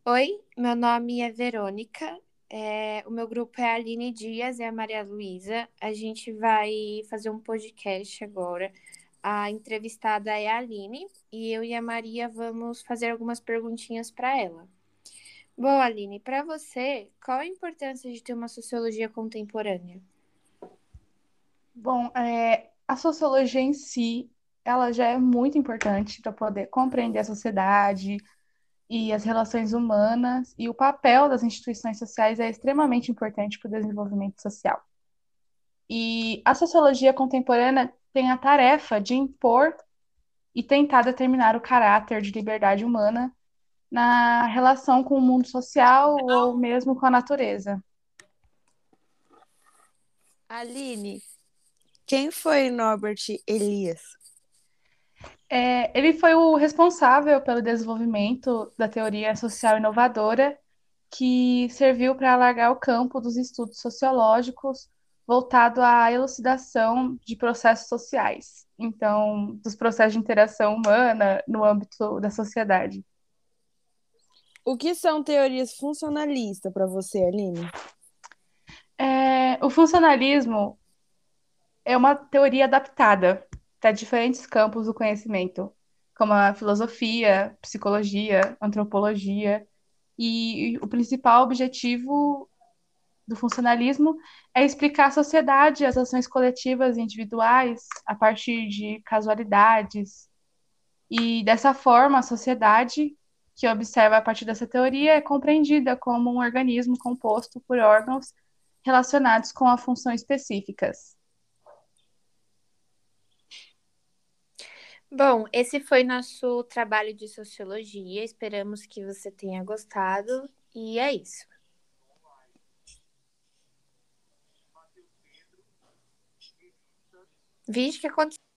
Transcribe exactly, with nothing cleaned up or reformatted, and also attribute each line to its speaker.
Speaker 1: Oi, meu nome é Verônica. É, o meu grupo é a Aline Dias e a Maria Luísa. A gente vai fazer um podcast agora. A entrevistada é a Aline e eu e a Maria vamos fazer algumas perguntinhas para ela. Bom, Aline, para você, qual a importância de ter uma sociologia contemporânea?
Speaker 2: Bom, é, a sociologia em si, ela já é muito importante para poder compreender a sociedade e as relações humanas, e o papel das instituições sociais é extremamente importante para o desenvolvimento social. E a sociologia contemporânea tem a tarefa de impor e tentar determinar o caráter de liberdade humana na relação com o mundo social ou mesmo com a natureza.
Speaker 3: Aline, quem foi Norbert Elias?
Speaker 2: É, ele foi o responsável pelo desenvolvimento da teoria social inovadora, que serviu para alargar o campo dos estudos sociológicos voltado à elucidação de processos sociais, então, dos processos de interação humana no âmbito da sociedade.
Speaker 3: O que são teorias funcionalistas para você, Aline?
Speaker 2: É, o funcionalismo é uma teoria adaptada para diferentes campos do conhecimento, como a filosofia, psicologia, antropologia. E o principal objetivo do funcionalismo é explicar a sociedade, as ações coletivas e individuais a partir de casualidades. E dessa forma, a sociedade, que observa a partir dessa teoria, é compreendida como um organismo composto por órgãos relacionados com a função específicas.
Speaker 1: Bom, esse foi nosso trabalho de sociologia. Esperamos que você tenha gostado. E é isso. Vídeo que aconteceu.